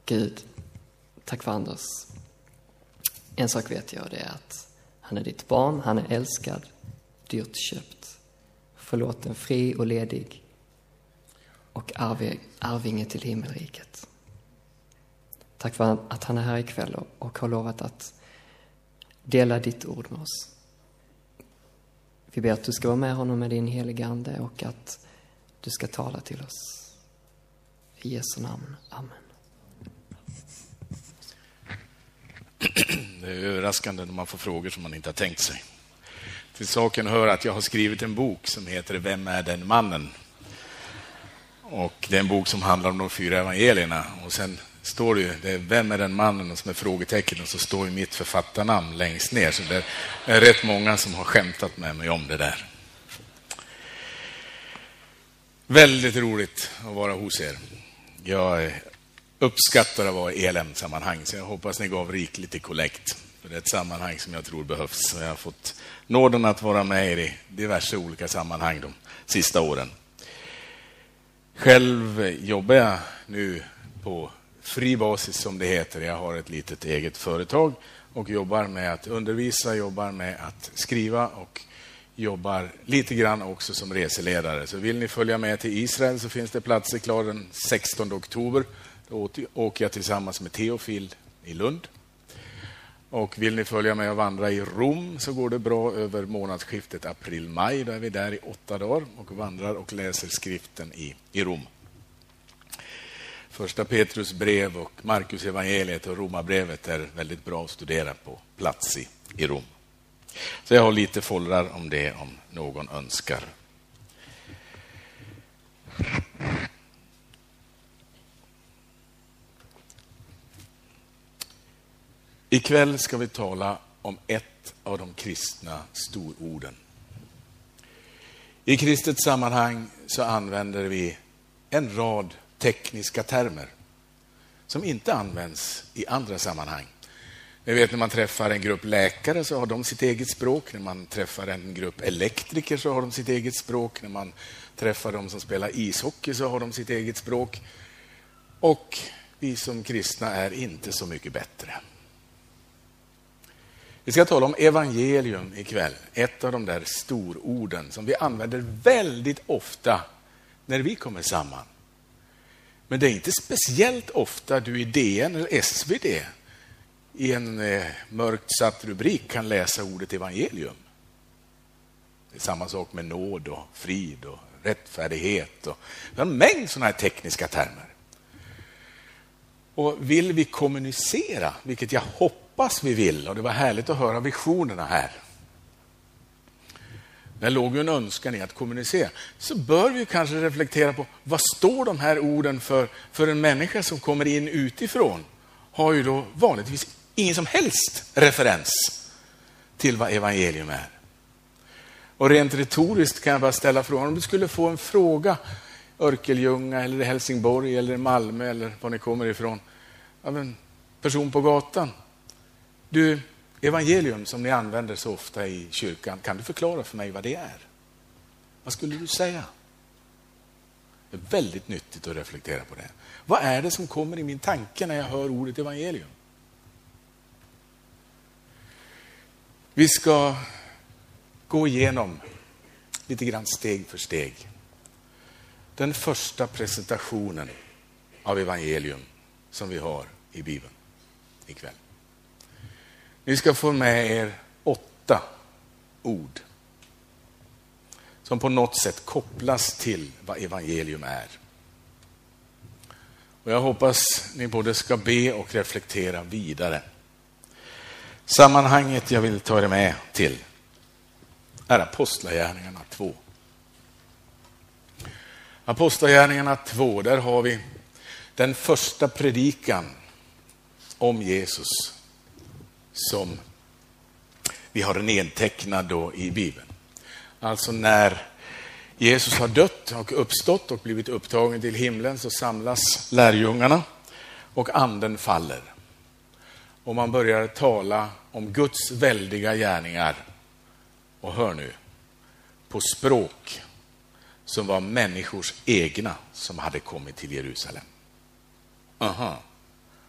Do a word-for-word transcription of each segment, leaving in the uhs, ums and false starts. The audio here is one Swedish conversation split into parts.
Gud, tack för Anders. En sak vet jag, det är att han är ditt barn, han är älskad, dyrt köpt, förlåten, fri och ledig och arv, arvinge till himmelriket. Tack för att han är här ikväll och, och har lovat att dela ditt ord med oss. Vi ber att du ska vara med honom med din heliga ande och att du ska tala till oss. I Jesu namn. Amen. Det är överraskande när man får frågor som man inte har tänkt sig. Till saken hör att jag har skrivit en bok som heter Vem är den mannen? Och det är en bok som handlar om de fyra evangelierna. Och sen står det ju, det är Vem är den mannen? Och som är frågetecken, och så står ju mitt författarnamn längst ner. Så det är rätt många som har skämtat med mig om det där. Väldigt roligt att vara hos er. Jag uppskattar att vara i E L M-sammanhang, så jag hoppas ni gav rikligt i kollekt. För det är ett sammanhang som jag tror behövs. Jag har fått nåden att vara med i diverse olika sammanhang de sista åren. Själv jobbar jag nu på fri basis som det heter. Jag har ett litet eget företag och jobbar med att undervisa, jobbar med att skriva och jobbar lite grann också som reseledare. Så vill ni följa med till Israel så finns det platser klar den sextonde oktober. Då åker jag tillsammans med Teofil i Lund. Och vill ni följa med och vandra i Rom så går det bra över månadsskiftet april-maj. Då är vi där i åtta dagar och vandrar och läser skriften i, i Rom. Första Petrus brev och Markus evangeliet och Romarbrevet är väldigt bra att studera på plats i, i Rom. Så jag har lite foldrar om det om någon önskar. Ikväll ska vi tala om ett av de kristna stororden. I kristet sammanhang så använder vi en rad tekniska termer som inte används i andra sammanhang. Ni vet, när man träffar en grupp läkare så har de sitt eget språk. När man träffar en grupp elektriker så har de sitt eget språk. När man träffar de som spelar ishockey så har de sitt eget språk. Och vi som kristna är inte så mycket bättre. Vi ska tala om evangelium ikväll. Ett av de där stororden som vi använder väldigt ofta när vi kommer samman. Men det är inte speciellt ofta du i D N eller S V D i en eh, mörkt satt rubrik kan läsa ordet evangelium. Det är samma sak med nåd och frid och rättfärdighet. Och en mängd sådana här tekniska termer. Och vill vi kommunicera, vilket jag hoppas vi vill, och det var härligt att höra visionerna här. Det låg ju en önskan i att kommunicera. Så bör vi kanske reflektera på vad står de här orden för, för en människa som kommer in utifrån. Har ju då vanligtvis ingen som helst referens till vad evangelium är. Och rent retoriskt kan jag bara ställa frågan, om du skulle få en fråga, Örkelljunga eller Helsingborg eller Malmö eller var ni kommer ifrån, av en person på gatan. Du, evangelium som ni använder så ofta i kyrkan, kan du förklara för mig vad det är? Vad skulle du säga? Det är väldigt nyttigt att reflektera på det. Vad är det som kommer i min tanke när jag hör ordet evangelium? Vi ska gå igenom lite grann steg för steg den första presentationen av evangelium som vi har i Bibeln ikväll. Ni ska få med er åtta ord som på något sätt kopplas till vad evangelium är. Och jag hoppas ni både ska be och reflektera vidare. Sammanhanget jag vill ta er med till är Apostlagärningarna två. Apostlagärningarna två, där har vi den första predikan om Jesus som vi har nedtecknad då i Bibeln. Alltså när Jesus har dött och uppstått och blivit upptagen till himlen så samlas lärjungarna och anden faller. Och man börjar tala om Guds väldiga gärningar. Och hör nu, på språk som var människors egna som hade kommit till Jerusalem. Aha.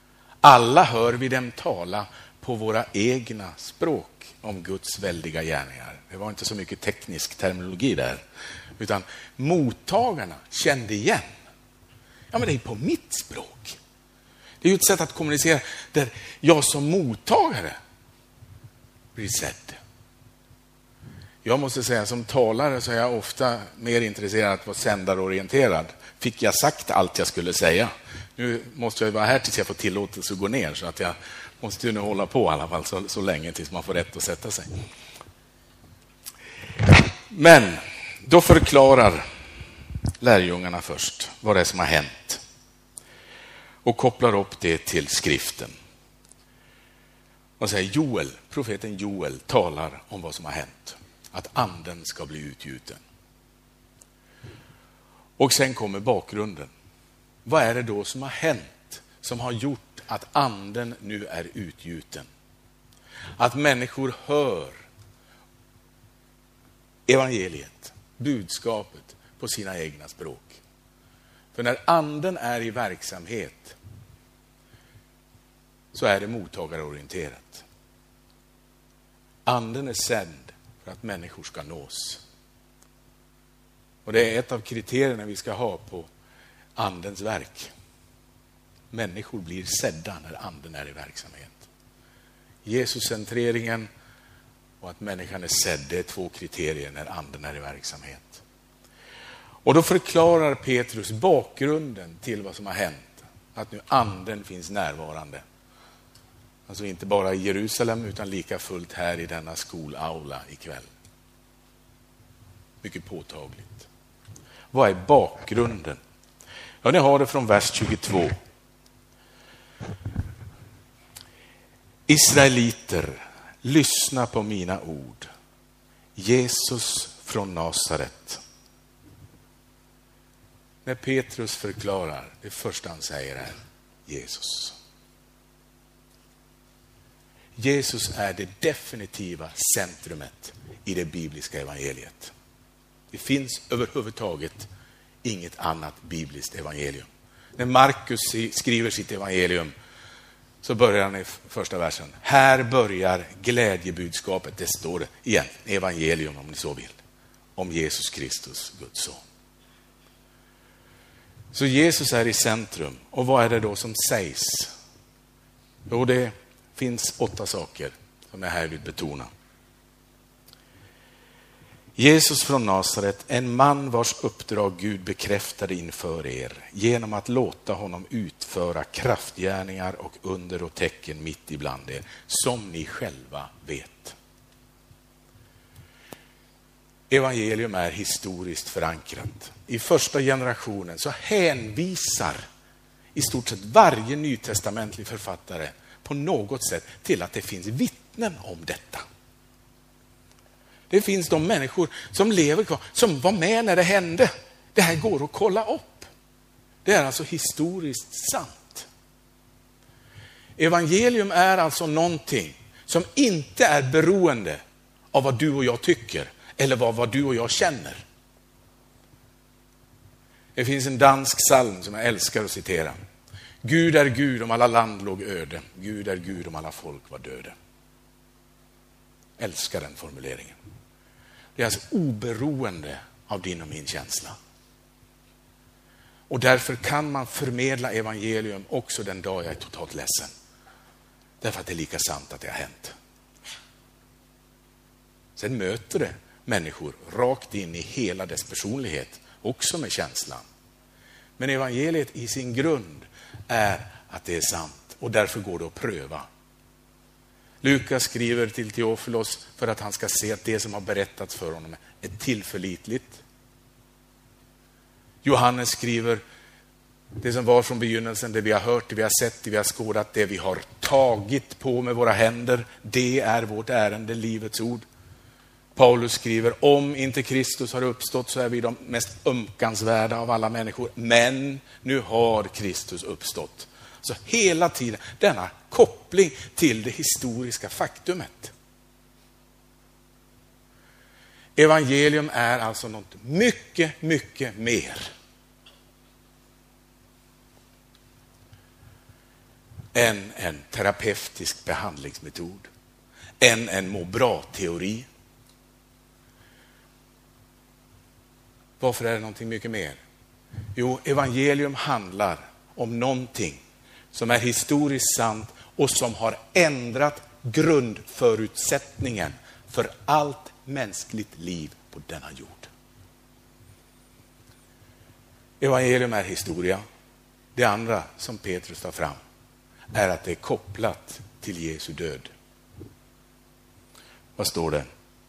Alla hör vi dem tala på våra egna språk om Guds väldiga gärningar. Det var inte så mycket teknisk terminologi där, utan mottagarna kände igen. Ja, men det är på mitt språk. Det är ju ett sätt att kommunicera där jag som mottagare blir sedd. Jag måste säga, som talare så är jag ofta mer intresserad av att vara sändarorienterad. Fick jag sagt allt jag skulle säga? Nu måste jag vara här tills jag får tillåtelse att gå ner, så att jag måste ju nu hålla på i alla fall så, så länge tills man får rätt att sätta sig. Men då förklarar lärjungarna först vad det är som har hänt och kopplar upp det till skriften. Och säger Joel, profeten Joel talar om vad som har hänt. Att anden ska bli utgjuten. Och sen kommer bakgrunden. Vad är det då som har hänt som har gjort att anden nu är utgjuten? Att människor hör evangeliet, budskapet på sina egna språk. För när anden är i verksamhet så är det mottagarorienterat. Anden är sänd för att människor ska nås. Och det är ett av kriterierna vi ska ha på andens verk. Människor blir sedda när anden är i verksamhet. Jesuscentreringen och att människan är sedd, det är två kriterier när anden är i verksamhet. Och då förklarar Petrus bakgrunden till vad som har hänt. Att nu anden finns närvarande. Alltså inte bara i Jerusalem utan lika fullt här i denna skolaula ikväll. Mycket påtagligt. Vad är bakgrunden? Ja, ni har det från vers tjugotvå. Israeliter, lyssna på mina ord. Jesus från Nasaret. När Petrus förklarar, det första han säger är Jesus. Jesus är det definitiva centrumet i det bibliska evangeliet. Det finns överhuvudtaget inget annat bibliskt evangelium. När Markus skriver sitt evangelium så börjar han i första versen. Här börjar glädjebudskapet, det står igen, evangelium om ni så vill, om Jesus Kristus, Guds son. Så Jesus är i centrum. Och vad är det då som sägs? Jo, det finns åtta saker som jag här vill betona. Jesus från Nasaret, en man vars uppdrag Gud bekräftade inför er genom att låta honom utföra kraftgärningar och under och tecken mitt ibland er, som ni själva vet. Evangelium är historiskt förankrat. I första generationen så hänvisar i stort sett varje nytestamentlig författare på något sätt till att det finns vittnen om detta. Det finns de människor som lever kvar, som var med när det hände. Det här går att kolla upp. Det är alltså historiskt sant. Evangelium är alltså någonting som inte är beroende av vad du och jag tycker eller vad, vad du och jag känner. Det finns en dansk psalm som jag älskar att citera. Gud är Gud om alla land låg öde. Gud är Gud om alla folk var döde. Älskar den formuleringen. Det är alltså oberoende av din och min känsla. Och därför kan man förmedla evangelium också den dag jag är totalt ledsen. Därför att det är lika sant att det har hänt. Sen möter det människor rakt in i hela dess personlighet, också med känslan. Men evangeliet i sin grund är att det är sant och därför går det att pröva. Lukas skriver till Teofilos för att han ska se att det som har berättats för honom är tillförlitligt. Johannes skriver det som var från begynnelsen, det vi har hört, det vi har sett, det vi har skådat, det vi har tagit på med våra händer, det är vårt ärende, livets ord. Paulus skriver, om inte Kristus har uppstått så är vi de mest ömkansvärda av alla människor. Men nu har Kristus uppstått. Så hela tiden denna koppling till det historiska faktumet. Evangelium är alltså något mycket, mycket mer. än en terapeutisk behandlingsmetod, än en må bra-teori. Varför är det någonting mycket mer? Jo, evangelium handlar om någonting som är historiskt sant och som har ändrat grundförutsättningen för allt mänskligt liv på denna jord. Evangelium är historia. Det andra som Petrus tar fram är att det är kopplat till Jesu död. Vad står det?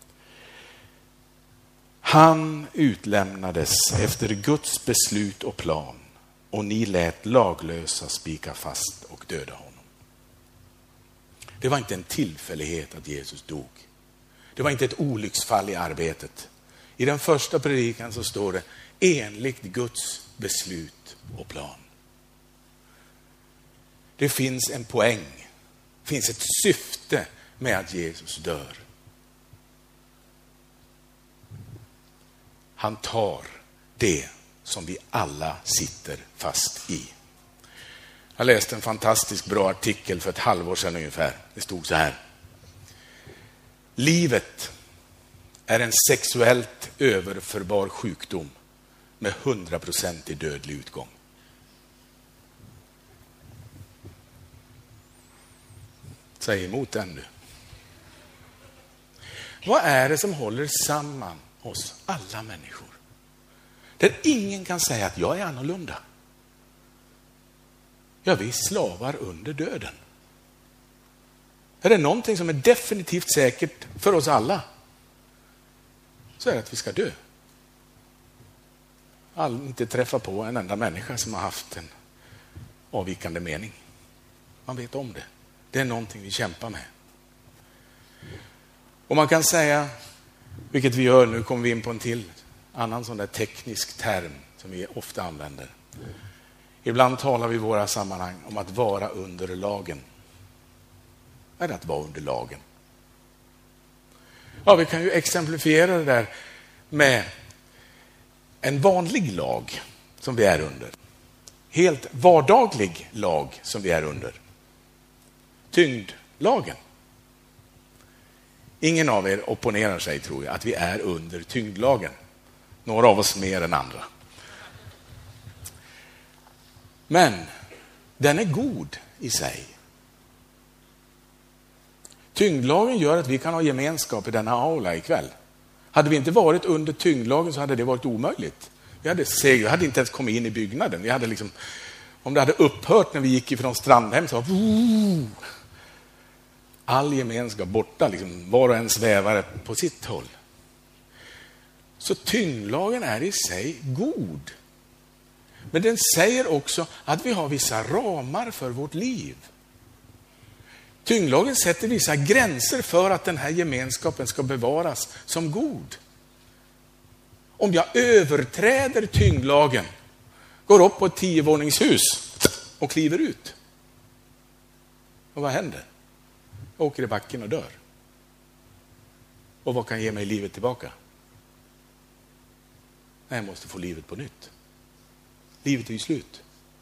Han utlämnades efter Guds beslut och plan, och ni lät laglösa spika fast och döda honom. Det var inte en tillfällighet att Jesus dog. Det var inte ett olycksfall i arbetet. I den första predikan så står det enligt Guds beslut och plan. Det finns en poäng, det finns ett syfte med att Jesus dör. Han tar det som vi alla sitter fast i. Jag läste en fantastiskt bra artikel för ett halvår sedan ungefär. Det stod så här: livet är en sexuellt överförbar sjukdom med hundra procent i dödlig utgång. Säg emot den nu. Vad är det som håller samman oss alla människor? Där ingen kan säga att jag är annorlunda. Ja, vi är slavar under döden. Är det någonting som är definitivt säkert för oss alla, så är det att vi ska dö. All, inte träffa på en enda människa som har haft en avvikande mening. Man vet om det. Det är någonting vi kämpar med. Och man kan säga, vilket vi gör nu, kommer vi in på en till annan sån där teknisk term som vi ofta använder. Ibland talar vi i våra sammanhang om att vara under lagen. Vad är det att vara under lagen? Ja, vi kan ju exemplifiera det där med en vanlig lag som vi är under. Helt vardaglig lag som vi är under. Tyngdlagen. Ingen av er opponerar sig, tror jag, att vi är under tyngdlagen. Några av oss mer än andra. Men den är god i sig. Tyngdlagen gör att vi kan ha gemenskap i denna aula ikväll. Hade vi inte varit under tyngdlagen så hade det varit omöjligt. Vi hade, seg- vi hade inte ens kommit in i byggnaden. Vi hade liksom, om det hade upphört när vi gick ifrån Strandhem så var all gemenskap borta. Liksom, var och en svävare på sitt håll. Så tyngdlagen är i sig god. Men den säger också att vi har vissa ramar för vårt liv. Tyngdlagen sätter vissa gränser för att den här gemenskapen ska bevaras som god. Om jag överträder tyngdlagen, går upp på ett tiovåningshus och kliver ut. Och vad händer? Jag åker i backen och dör. Och vad kan ge mig livet tillbaka? Nej, jag måste få livet på nytt. Livet är ju slut.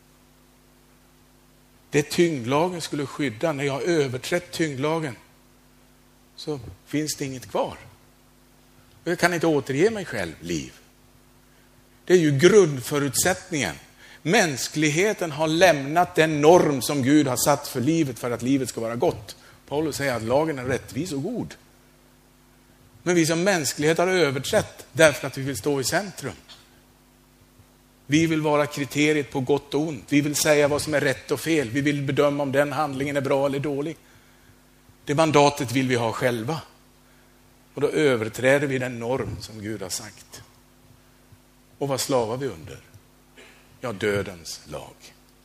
Det tyngdlagen skulle skydda, när jag har överträtt tyngdlagen, så finns det inget kvar. Jag kan inte återge mig själv liv. Det är ju grundförutsättningen. Mänskligheten har lämnat den norm som Gud har satt för livet för att livet ska vara gott. Paulus säger att lagen är rättvis och god. Men vi som mänsklighet har överträtt därför att vi vill stå i centrum. Vi vill vara kriteriet på gott och ont. Vi vill säga vad som är rätt och fel. Vi vill bedöma om den handlingen är bra eller dålig. Det mandatet vill vi ha själva. Och då överträder vi den norm som Gud har sagt. Och vad slavar vi under? Ja, dödens lag.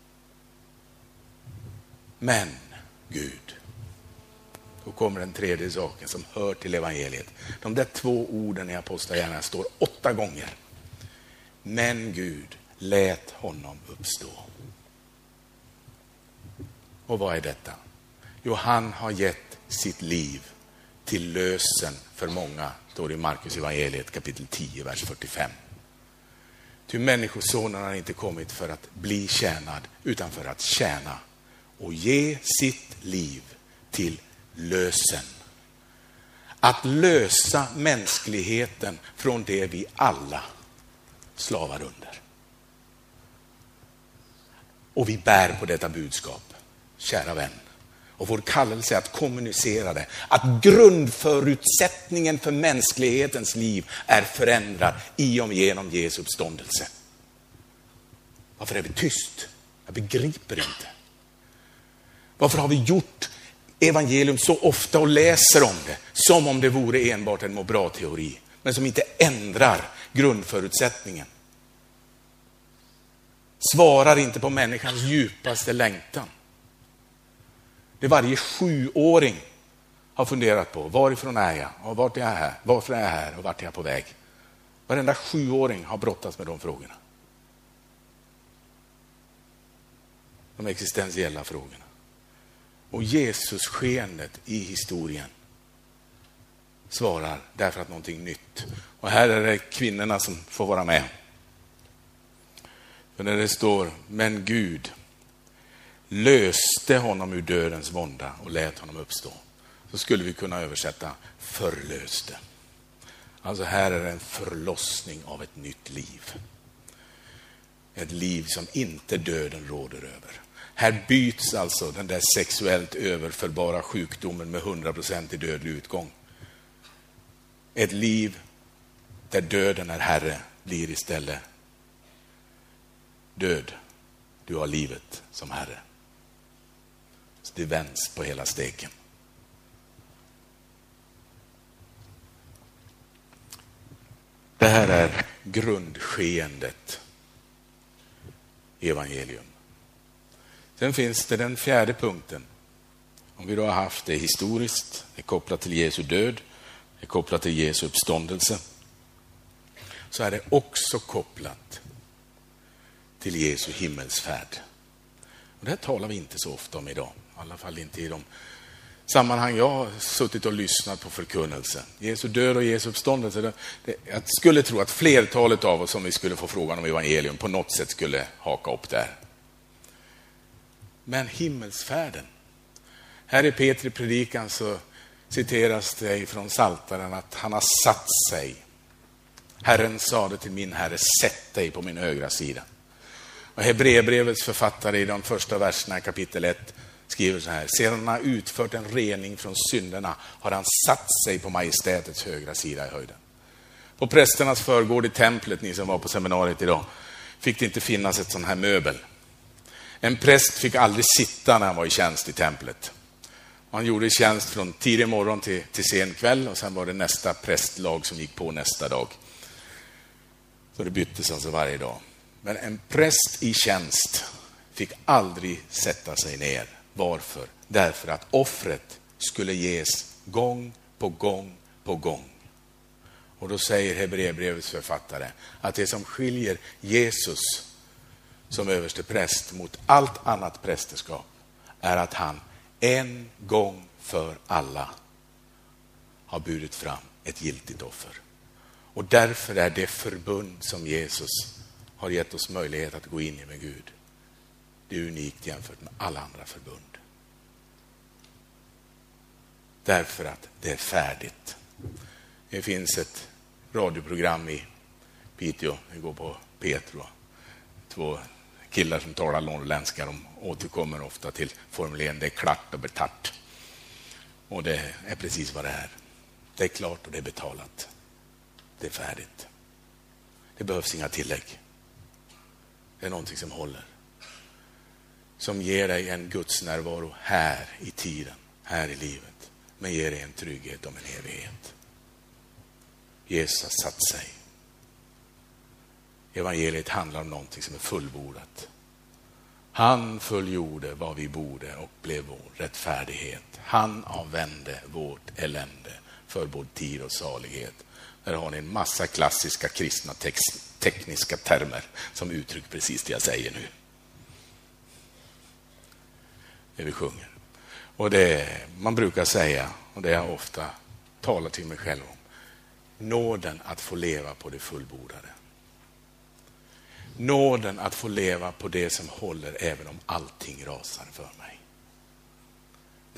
Men Gud. Då kommer den tredje saken som hör till evangeliet. De där två orden i Apostlagärningarna står åtta gånger. Men Gud lät honom uppstå. Och vad är detta? Jo, han har gett sitt liv till lösen för många, står det i Markus evangeliet kapitel tio, vers fyrtiofem. Ty människosonen har inte kommit för att bli tjänad, utan för att tjäna och ge sitt liv till lösen. Att lösa mänskligheten från det vi alla slavar under. Och vi bär på detta budskap, kära vän. Och vår kallelse är att kommunicera det. Att grundförutsättningen för mänsklighetens liv är förändrad i och genom Jesu uppståndelse. Varför är vi tyst? Jag begriper inte. Varför har vi gjort evangelium så ofta och läser om det som om det vore enbart en må bra-teori, men som inte ändrar grundförutsättningen? Svarar inte på människans djupaste längtan. Det varje sjuåring har funderat på. Varifrån är jag? Och vart är jag här? Varför är jag här? Och vart är jag på väg? Varenda sjuåring har brottats med de frågorna. De existentiella frågorna. Och Jesus skeendet i historien svarar därför att någonting nytt. Och här är det kvinnorna som får vara med. För när det står, men Gud löste honom ur dödens vånda och lät honom uppstå, så skulle vi kunna översätta förlöste. Alltså här är det en förlossning av ett nytt liv. Ett liv som inte döden råder över. Här byts alltså den där sexuellt överförbara sjukdomen med hundra procent i dödlig utgång. Ett liv där döden är herre blir istället död. Du har livet som herre. Så det vänds på hela steken. Det här är grundskeendet i evangelium. Sen finns det den fjärde punkten. Om vi då har haft det historiskt, är kopplat till Jesu död, är kopplat till Jesu uppståndelse, så är det också kopplat till Jesu himmelsfärd. Och det här talar vi inte så ofta om idag. I alla fall inte i de sammanhang jag har suttit och lyssnat på förkunnelse. Jesu död och Jesu uppståndelse. Det, det, jag skulle tro att flertalet av oss, om vi skulle få frågan om evangelium, på något sätt skulle haka upp där. Men himmelsfärden. Här i Petri predikan så citeras det från Psaltaren att han har satt sig. Herren sade till min herre, sätt dig på min högra sida. Och Hebreerbrevets författare i de första verserna i kapitel ett skriver så här: sedan han har utfört en rening från synderna har han satt sig på majestätets högra sida i höjden. På prästernas förgård i templet, ni som var på seminariet idag, fick det inte finnas ett sån här möbel. En präst fick aldrig sitta när han var i tjänst i templet. Han gjorde tjänst från tidig morgon till, till sen kväll, och sen var det nästa prästlag som gick på nästa dag. Så det byttes alltså varje dag. Men en präst i tjänst fick aldrig sätta sig ner. Varför? Därför att offret skulle ges gång på gång på gång. Och då säger Hebreerbrevets författare att det som skiljer Jesus som överste präst mot allt annat prästerskap är att han en gång för alla har burit fram ett giltigt offer. Och därför är det förbund som Jesus har gett oss möjlighet att gå in i med Gud, det är unikt jämfört med alla andra förbund. Därför att det är färdigt. Det finns ett radioprogram i Piteå, det går på Petro. Två killar som talar norrländska, de återkommer ofta till formuleringen det är klart och betalt. Och det är precis vad det är. Det är klart och det är betalat. Det är färdigt. Det behövs inga tillägg. Det är någonting som håller. Som ger dig en Guds närvaro här i tiden, här i livet. Men ger dig en trygghet om en evighet. Jesus har satt sig. Evangeliet handlar om någonting som är fullbordat. Han fullgjorde vad vi borde och blev vår rättfärdighet. Han avvände vårt elände för både tid och salighet. Där har ni en massa klassiska kristna text, tekniska termer som uttrycker precis det jag säger nu. Det vi sjunger. Och det man brukar säga, och det jag ofta talar till mig själv om, nåden att få leva på det fullbordade. Nåden att få leva på det som håller även om allting rasar för mig.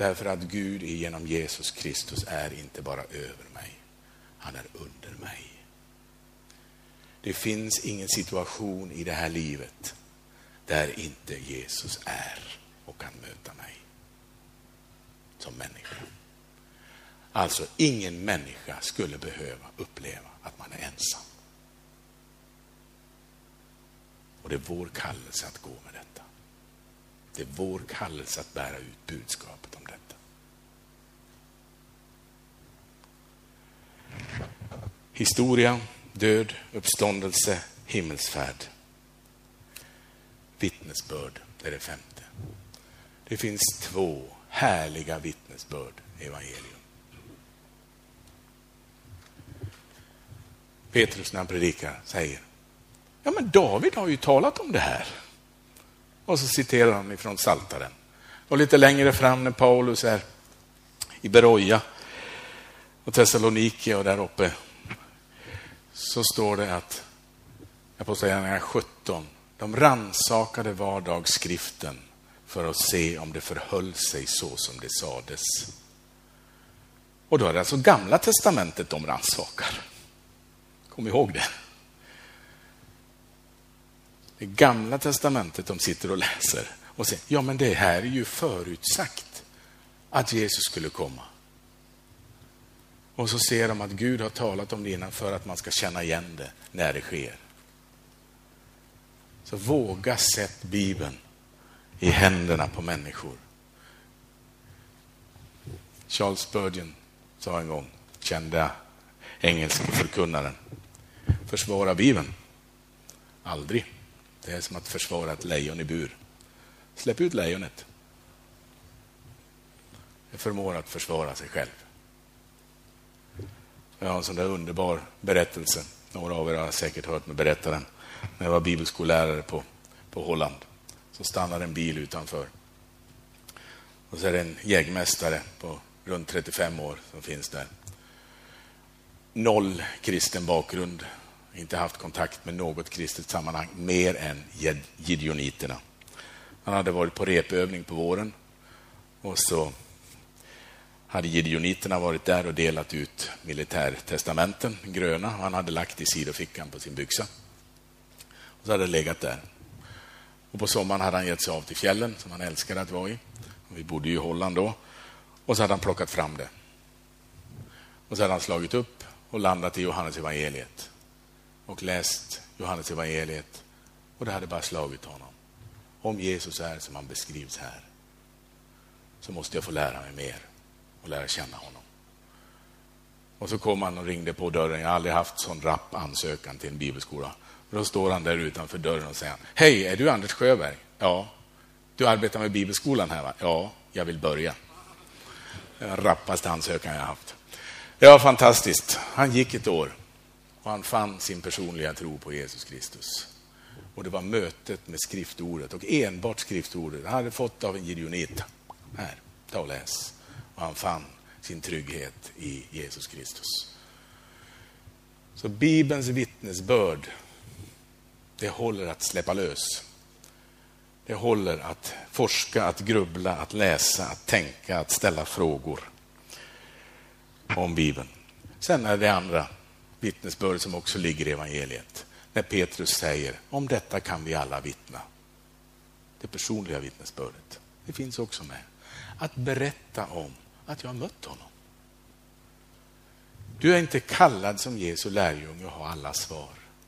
Därför att Gud genom Jesus Kristus är inte bara över mig. Han är under mig. Det finns ingen situation i det här livet där inte Jesus är och kan möta mig som människa. Alltså ingen människa skulle behöva uppleva att man är ensam. Och det är vår kallelse att gå med detta. Det är vår kallelse att bära ut budskapet om detta. Historia, död, uppståndelse, himmelsfärd. Vittnesbörd, det är det femte. Det finns två härliga vittnesbörd i evangelium. Petrus när han predikar säger: ja, men David har ju talat om det här. Och så citerar han ifrån Psaltaren. Och lite längre fram när Paulus är i Beroja och Thessaloniki och där uppe, så står det att Apostlagärningarna sjutton, de rannsakade vardagsskriften för att se om det förhöll sig så som det sades. Och då är det alltså Gamla testamentet de rannsakar. Kom ihåg det. Det Gamla testamentet de sitter och läser och säger: ja, men det här är ju förutsagt att Jesus skulle komma. Och så ser de att Gud har talat om det innan för att man ska känna igen det när det sker. Så våga sätt Bibeln i händerna på människor. Charles Spurgeon sa en gång, kända engelska förkunnaren: försvara Bibeln? Aldrig. Det är som att försvara ett lejon i bur. Släpp ut lejonet. Det förmår att försvara sig själv. Jag har en sån där underbar berättelse. Några av er har säkert hört mig berätta den. När jag var bibelskollärare på, på Holland, så stannade en bil utanför. Och så är det en jägmästare på runt trettiofem år som finns där. Noll kristen bakgrund. Inte haft kontakt med något kristet sammanhang mer än gideoniterna. Han hade varit på repövning på våren. Och så hade gideoniterna varit där och delat ut militärtestamenten, gröna. Han hade lagt i sidofickan på sin byxa. Och så hade det legat där. Och på sommaren hade han gett sig av till fjällen som han älskade att vara i. Och vi bodde ju i Holland då. Och så hade han plockat fram det. Och så hade han slagit upp och landat i Johannes evangeliet. Och läst Johannes evangeliet. Och det hade bara slagit honom. Om Jesus är som han beskrivs här, så måste jag få lära mig mer och lära känna honom. Och så kom han och ringde på dörren. Jag har aldrig haft sån rapp ansökan till en bibelskola. Och då står han där utanför dörren och säger: hej, är du Anders Sjöberg? Ja. Du arbetar med bibelskolan här, va? Ja, jag vill börja. Det är den rappaste ansökan jag har haft. Det var fantastiskt. Han gick ett år och han fann sin personliga tro på Jesus Kristus. Och det var mötet med skriftordet, och enbart skriftordet. Han hade fått av en gideonit. Här, ta och läs. Och han fann sin trygghet i Jesus Kristus. Så Bibelns vittnesbörd, det håller att släppa lös. Det håller att forska, att grubbla, att läsa, att tänka, att ställa frågor om Bibeln. Sen är det andra vittnesbörd som också ligger i evangeliet. När Petrus säger: om detta kan vi alla vittna. Det personliga vittnesbördet. Det finns också med. Att berätta om att jag har mött honom. Du är inte kallad som Jesu lärjunge att ha alla svar.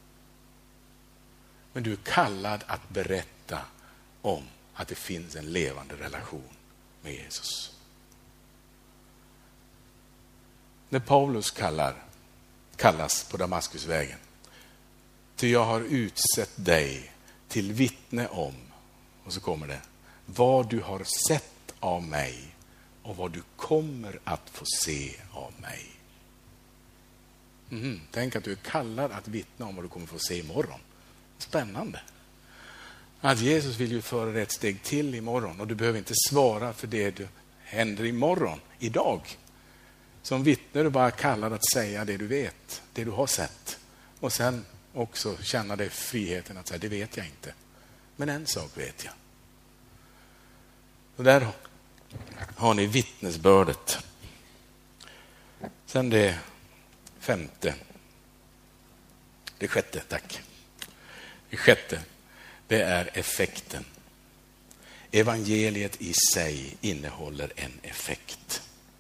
Men du är kallad att berätta om att det finns en levande relation med Jesus. När Paulus kallar, kallas på Damaskusvägen: ty jag har utsett dig till vittne om, och så kommer det, vad du har sett av mig och vad du kommer att få se av mig. Mm, tänk att du är kallad att vittna om vad du kommer få se imorgon. Spännande. Att Jesus vill ju föra dig ett steg till imorgon, och du behöver inte svara för det du händer imorgon, idag. Som vittne är du bara kallad att säga det du vet, det du har sett. Och sen också känna dig friheten att säga: det vet jag inte. Men en sak vet jag. Och där har ni vittnesbördet. Sen det femte. Det sjätte, tack. Det sjätte, det är effekten. Evangeliet i sig innehåller en effekt.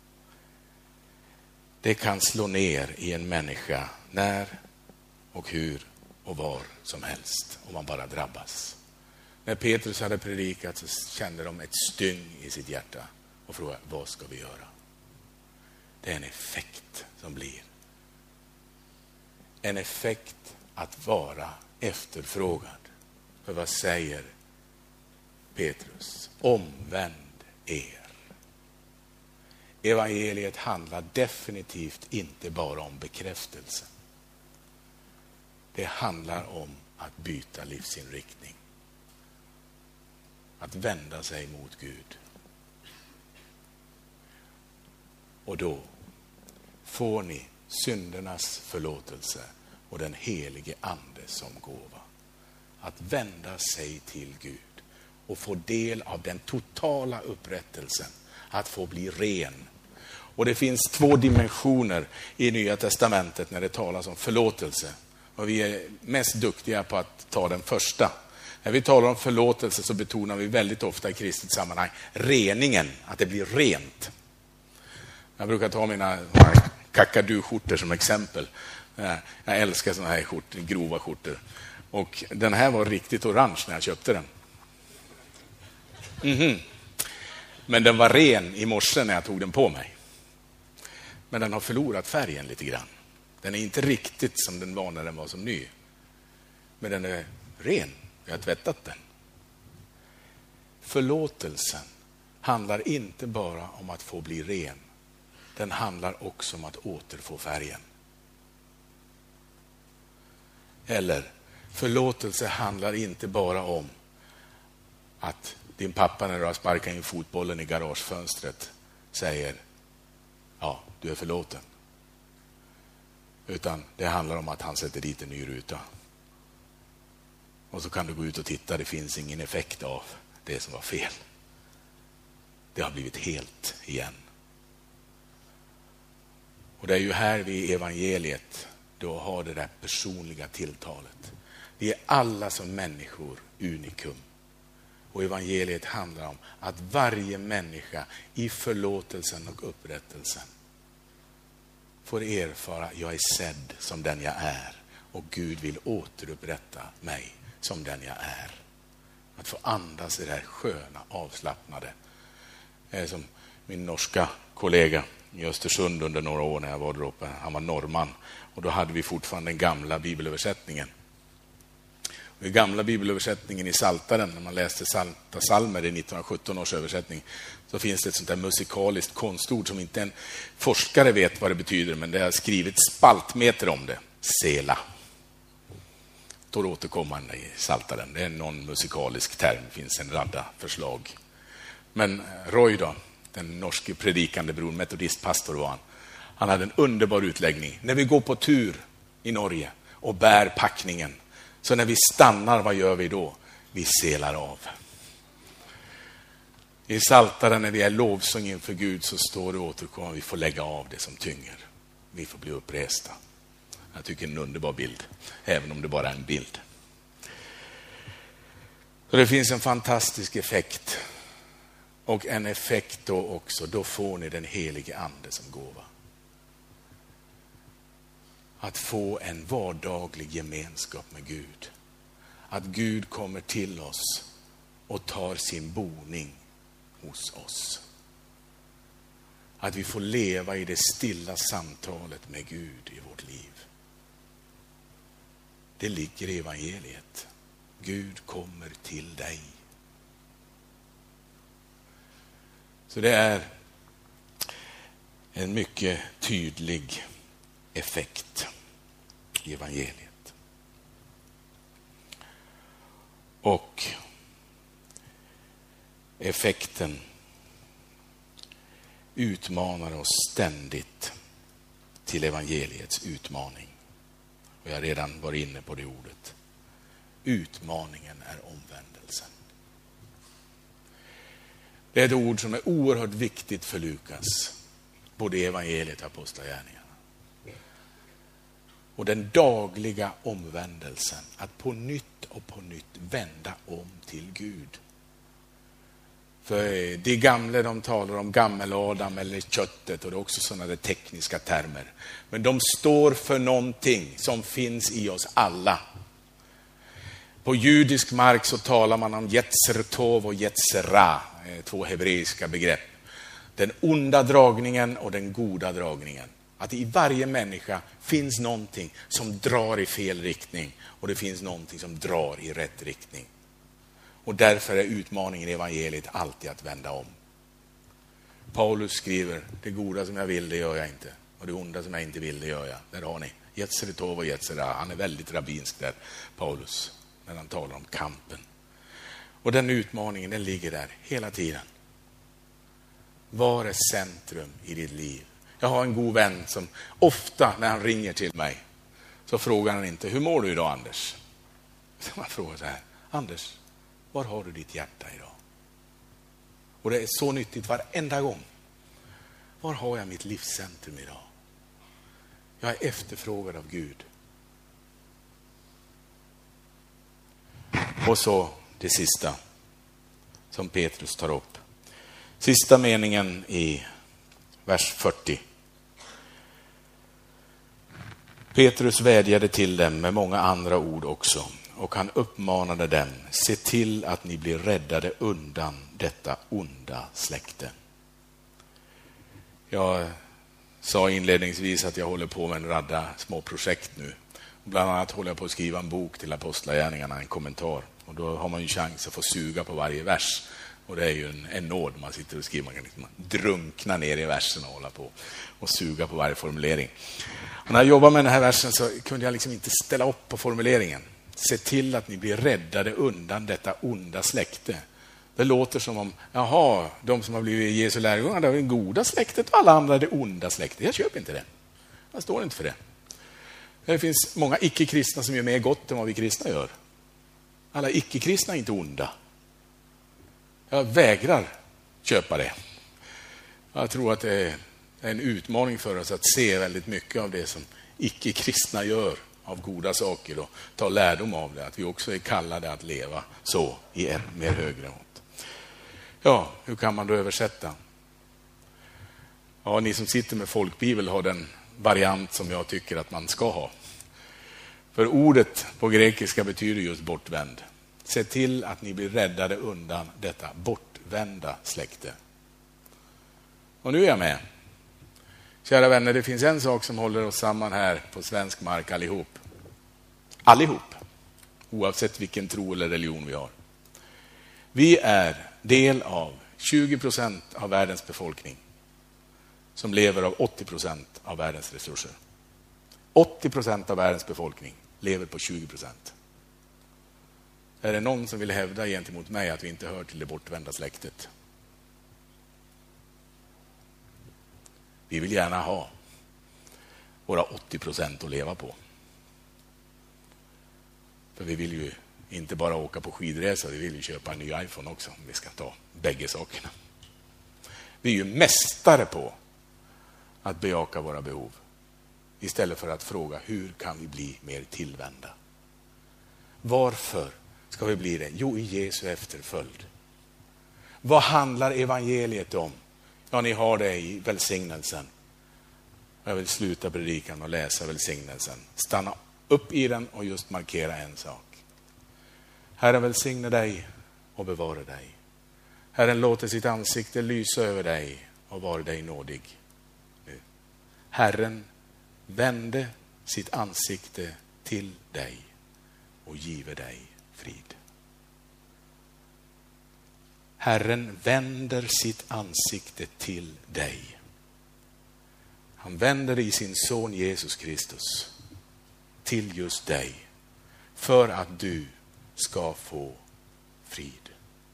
Det kan slå ner i en människa när och hur och var som helst om man bara drabbas. När Petrus hade predikat så kände de ett styng i sitt hjärta och frågade, vad ska vi göra? Det är en effekt som blir. En effekt att vara efterfrågad. För vad säger Petrus? Omvänd er. Evangeliet handlar definitivt inte bara om bekräftelse. Det handlar om att byta livsinriktning. Att vända sig mot Gud. Och då får ni syndernas förlåtelse och den helige ande som gåva. Att vända sig till Gud och få del av den totala upprättelsen. Att få bli ren. Och det finns två dimensioner i Nya testamentet när det talas om förlåtelse. Och vi är mest duktiga på att ta den första. När vi talar om förlåtelse så betonar vi väldigt ofta i kristet sammanhang reningen, att det blir rent. Jag brukar ta mina kakadu-skjortor som exempel. Jag älskar såna här skjortor, grova skjortor. Och den här var riktigt orange när jag köpte den. Mm-hmm. Men den var ren i morse när jag tog den på mig. Men den har förlorat färgen lite grann. Den är inte riktigt som den var när den var som ny. Men den är ren. Jag har tvättat den. Förlåtelsen handlar inte bara om att få bli ren. Den handlar också om att återfå färgen. Eller förlåtelse handlar inte bara om att din pappa när du har sparkat in fotbollen i garagefönstret säger ja, du är förlåten. Utan det handlar om att han sätter dit en ny ruta. Och så kan du gå ut och titta, det finns ingen effekt av det som var fel. Det har blivit helt igen. Och det är ju här vi i evangeliet då har det där personliga tilltalet. Vi är alla som människor unikum. Och evangeliet handlar om att varje människa i förlåtelsen och upprättelsen får erfara jag är sedd som den jag är. Och Gud vill återupprätta mig som den jag är. Att få andas i det här sköna, avslappnade. Det är som min norska kollega i Östersund under några år när jag var där uppe. Han var norrman. Och då hade vi fortfarande den gamla bibelöversättningen. Och i gamla bibelöversättningen i Saltaren, när man läste Salta salmer i nittonhundrasjutton års översättning, så finns det ett sånt där musikaliskt konstord som inte en forskare vet vad det betyder, men det har skrivits spaltmeter om det. Sela. Då återkommer man i Saltaren. Det är någon musikalisk term, det finns en radda förslag. Men Roy då, den norske predikande bron, metodistpastor var han. Han hade en underbar utläggning. När vi går på tur i Norge och bär packningen, så när vi stannar, vad gör vi då? Vi selar av. I Saltaren när vi är lovsång inför Gud så står det återkommer, vi får lägga av det som tynger. Vi får bli uppresta. Jag tycker en underbar bild, även om det bara är en bild. Så det finns en fantastisk effekt. Och en effekt då också, då får ni den helige ande som gåva. Att få en vardaglig gemenskap med Gud. Att Gud kommer till oss och tar sin boning hos oss. Att vi får leva i det stilla samtalet med Gud i vårt liv. Det ligger i evangeliet. Gud kommer till dig. Så det är en mycket tydlig effekt i evangeliet. Och effekten utmanar oss ständigt till evangeliets utmaning. Och jag har redan varit inne på det ordet. Utmaningen är omvändelsen. Det är ett ord som är oerhört viktigt för Lukas. Både evangeliet och apostlagärningarna. Och den dagliga omvändelsen. Att på nytt och på nytt vända om till Gud. För de gamla, de talar om gammel-Adam eller köttet, och det är också sådana där tekniska termer. Men de står för någonting som finns i oss alla. På judisk mark så talar man om Yetzer Tov och Yetzer Ra, två hebreiska begrepp. Den onda dragningen och den goda dragningen. Att i varje människa finns någonting som drar i fel riktning, och det finns någonting som drar i rätt riktning. Och därför är utmaningen i evangeliet alltid att vända om. Paulus skriver, det goda som jag vill, det gör jag inte. Och det onda som jag inte vill, det gör jag. Där har ni Yetzer Tov och Yetzer Ra. Han är väldigt rabbinsk där, Paulus, när han talar om kampen. Och den utmaningen, den ligger där hela tiden. Var är centrum i ditt liv? Jag har en god vän som ofta när han ringer till mig så frågar han inte, hur mår du idag, Anders? Så man frågar så här, Anders, var har du ditt hjärta idag? Och det är så nyttigt varenda gång. Var har jag mitt livscentrum idag? Jag är efterfrågad av Gud. Och så det sista som Petrus tar upp. Sista meningen i vers fyrtio. Petrus vädjade till dem med många andra ord också, och han uppmanade dem, se till att ni blir räddade undan detta onda släkte. Jag sa inledningsvis att jag håller på med en radda små projekt nu. Bland annat håller jag på att skriva en bok till apostlagärningarna, en kommentar. Och då har man ju chans att få suga på varje vers. Och det är ju en, en nåd man sitter och skriver. Man kan liksom drunkna ner i versen och hålla på och suga på varje formulering. Och när jag jobbar med den här versen så kunde jag liksom inte ställa upp på formuleringen. Se till att ni blir räddade undan detta onda släkte. Det låter som om, jaha, de som har blivit Jesu lärjungar, det är det goda släktet och alla andra är det onda släktet. Jag köper inte det. Jag står inte för det. Det finns många icke-kristna som gör mer gott än vad vi kristna gör. Alla icke-kristna är inte onda. Jag vägrar köpa det. Jag tror att det är en utmaning för oss att se väldigt mycket av det som icke-kristna gör av goda saker och ta lärdom av det. Att vi också är kallade att leva så i en mer högre mått. Ja, hur kan man då översätta? Ja, ni som sitter med folkbibel har den variant som jag tycker att man ska ha. För ordet på grekiska betyder just bortvänd. Se till att ni blir räddade undan detta bortvända släkte. Och nu är jag med. Kära vänner, det finns en sak som håller oss samman här på svensk mark allihop. Allihop. Oavsett vilken tro eller religion vi har. Vi är del av tjugo procent av världens befolkning som lever av åttio procent av världens resurser. åttio procent av världens befolkning lever på tjugo procent. Är det någon som vill hävda gentemot mig att vi inte hör till det bortvända släktet? Vi vill gärna ha våra åttio procent att leva på. För vi vill ju inte bara åka på skidresa, vi vill ju köpa en ny iPhone också. Vi ska ta bägge sakerna. Vi är ju mästare på att bejaka våra behov. Istället för att fråga, hur kan vi bli mer tillvända? Varför ska vi bli det? Jo, i Jesu efterföljd. Vad handlar evangeliet om? Ja, ni har det i välsignelsen. Jag vill sluta predikan och läsa välsignelsen. Stanna upp i den och just markera en sak. Herren välsigne dig och bevara dig. Herren låter sitt ansikte lysa över dig och vara dig nådig. Nu. Herren vände sitt ansikte till dig och give dig frid. Herren vänder sitt ansikte till dig. Han vänder i sin son Jesus Kristus till just dig för att du ska få frid.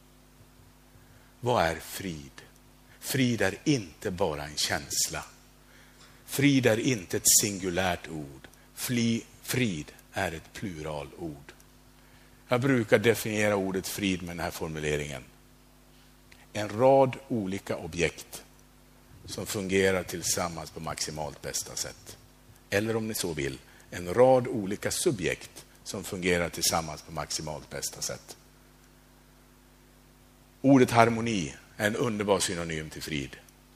Vad är frid? Frid är inte bara en känsla. Frid är inte ett singulärt ord. Fli, frid är ett pluralord. Jag brukar definiera ordet frid med den här formuleringen. en rad olika objekt som fungerar tillsammans på maximalt bästa sätt. Eller om ni så vill, en rad olika subjekt som fungerar tillsammans på maximalt bästa sätt. Ordet harmoni är en underbar synonym till frid.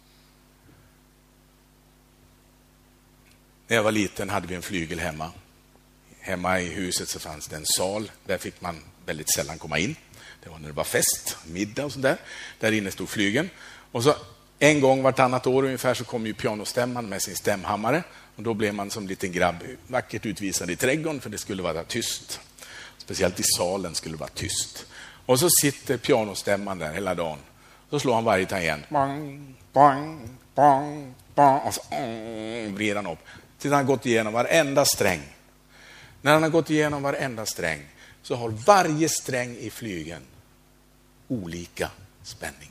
När jag var liten hade vi en flygel hemma. Hemma i huset så fanns det en sal. Där fick man väldigt sällan komma in. Det var när det var fest, middag och sånt där. Där inne stod flygeln. Och så en gång vartannat år ungefär så kom ju pianostämman med sin stämhammare. Och då blev man som liten grabb vackert utvisad i trädgården för det skulle vara tyst. Speciellt i salen skulle det vara tyst. Och så sitter pianostämman där hela dagen. Så slår han varje tangent. Bang, bang, bang, bang. Och så mm, vrider han upp. Tills han har gått igenom varenda sträng. När han har gått igenom varenda sträng så har varje sträng i flygeln olika spänning.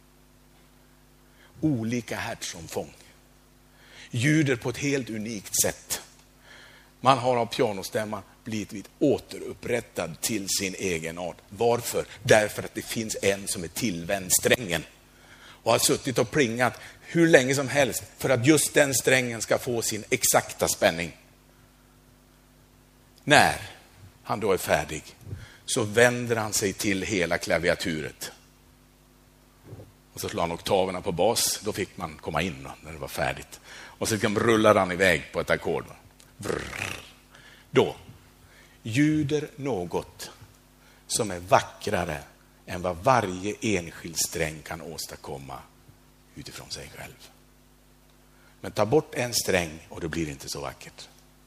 Olika hertzomfång. Ljuder på ett helt unikt sätt. Man har av pianostämman blivit återupprättad till sin egen art. Varför? Därför att det finns en som är tillvänd strängen. Och har suttit och plingat hur länge som helst för att just den strängen ska få sin exakta spänning. När han då är färdig så vänder han sig till hela klaviaturet. Och så slår han oktaverna på bas. Då fick man komma in då, när det var färdigt. Och så rullar han iväg på ett ackord. Då ljuder något som är vackrare än vad varje enskild sträng kan åstadkomma utifrån sig själv. Men ta bort en sträng och det blir inte så vackert.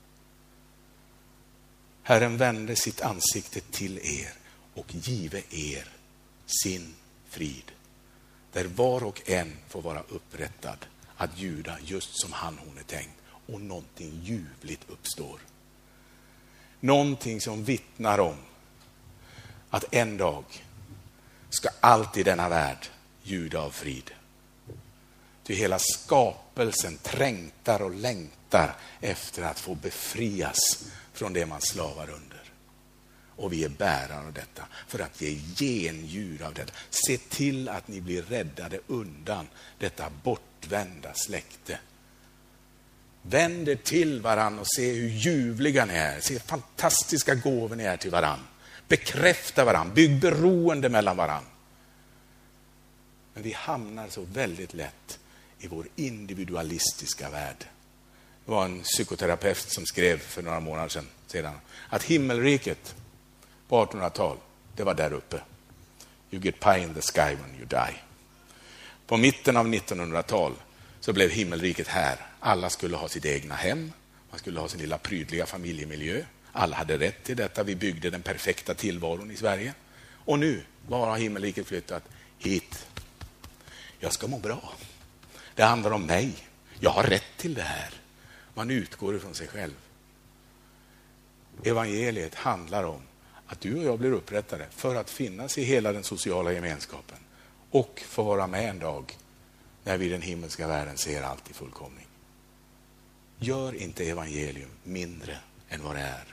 Herren vände sitt ansikte till er och give er sin frid. Där var och en får vara upprättad att ljuda just som han hon är tänkt. Och någonting ljuvligt uppstår. Någonting som vittnar om att en dag ska allt i denna värld ljuda av frid. Ty hela skapelsen trängtar och längtar efter att få befrias från det man slavar under. Och vi är bärare av detta för att ge genljud av detta. Se till att ni blir räddade undan detta bortvända släkte. Vänd er till varann och se hur ljuvliga ni är. Se fantastiska gåvor ni är till varann. Bekräfta varann. Bygg beroende mellan varann. Men vi hamnar så väldigt lätt i vår individualistiska värld. Det var en psykoterapeut som skrev för några månader sedan, sedan att himmelriket på artonhundratal, det var där uppe. You get pie in the sky when you die. På mitten av nittonhundratal så blev himmelriket här. Alla skulle ha sitt egna hem. Man skulle ha sin lilla prydliga familjemiljö. Alla hade rätt till detta. Vi byggde den perfekta tillvaron i Sverige. Och nu, var har himmelriket flyttat? Hit. Jag ska må bra. Det handlar om mig. Jag har rätt till det här. Man utgår ifrån sig själv. Evangeliet handlar om att du och jag blir upprättade för att finnas i hela den sociala gemenskapen. Och få vara med en dag när vi i den himmelska världen ser allt i fullkomning. Gör inte evangelium mindre än vad det är.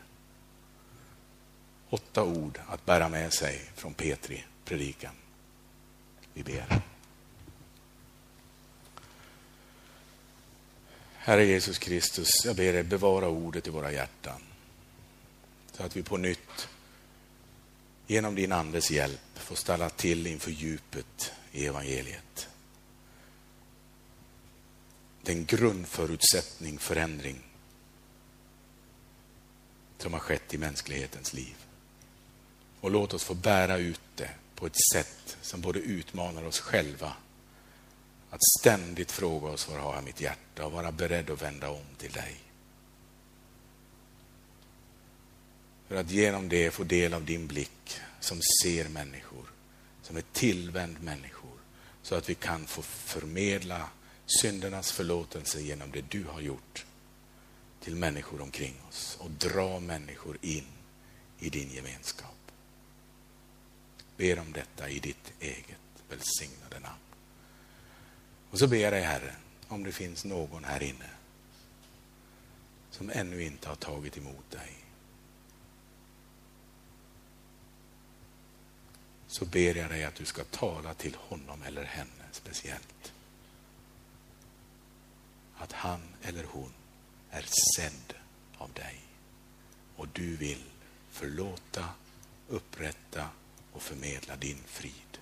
Åtta ord att bära med sig från Petri predikan. Vi ber. Herre Jesus Kristus, jag ber dig bevara ordet i våra hjärtan. Så att vi på nytt genom din andes hjälp får ställa till inför djupet i evangeliet. Den grundförutsättning, förändring som har skett i mänsklighetens liv. Och låt oss få bära ut det på ett sätt som både utmanar oss själva att ständigt fråga oss var har jag mitt hjärta och vara beredd att vända om till dig. För att genom det få del av din blick som ser människor, som är tillvänd människor, så att vi kan få förmedla syndernas förlåtelse genom det du har gjort till människor omkring oss och dra människor in i din gemenskap. Ber om detta i ditt eget välsignade namn. Och så ber jag dig, Herre, om det finns någon här inne som ännu inte har tagit emot dig. så ber jag dig att du ska tala till honom eller henne speciellt. Att han eller hon är sedd av dig. Och du vill förlåta, upprätta och förmedla din frid.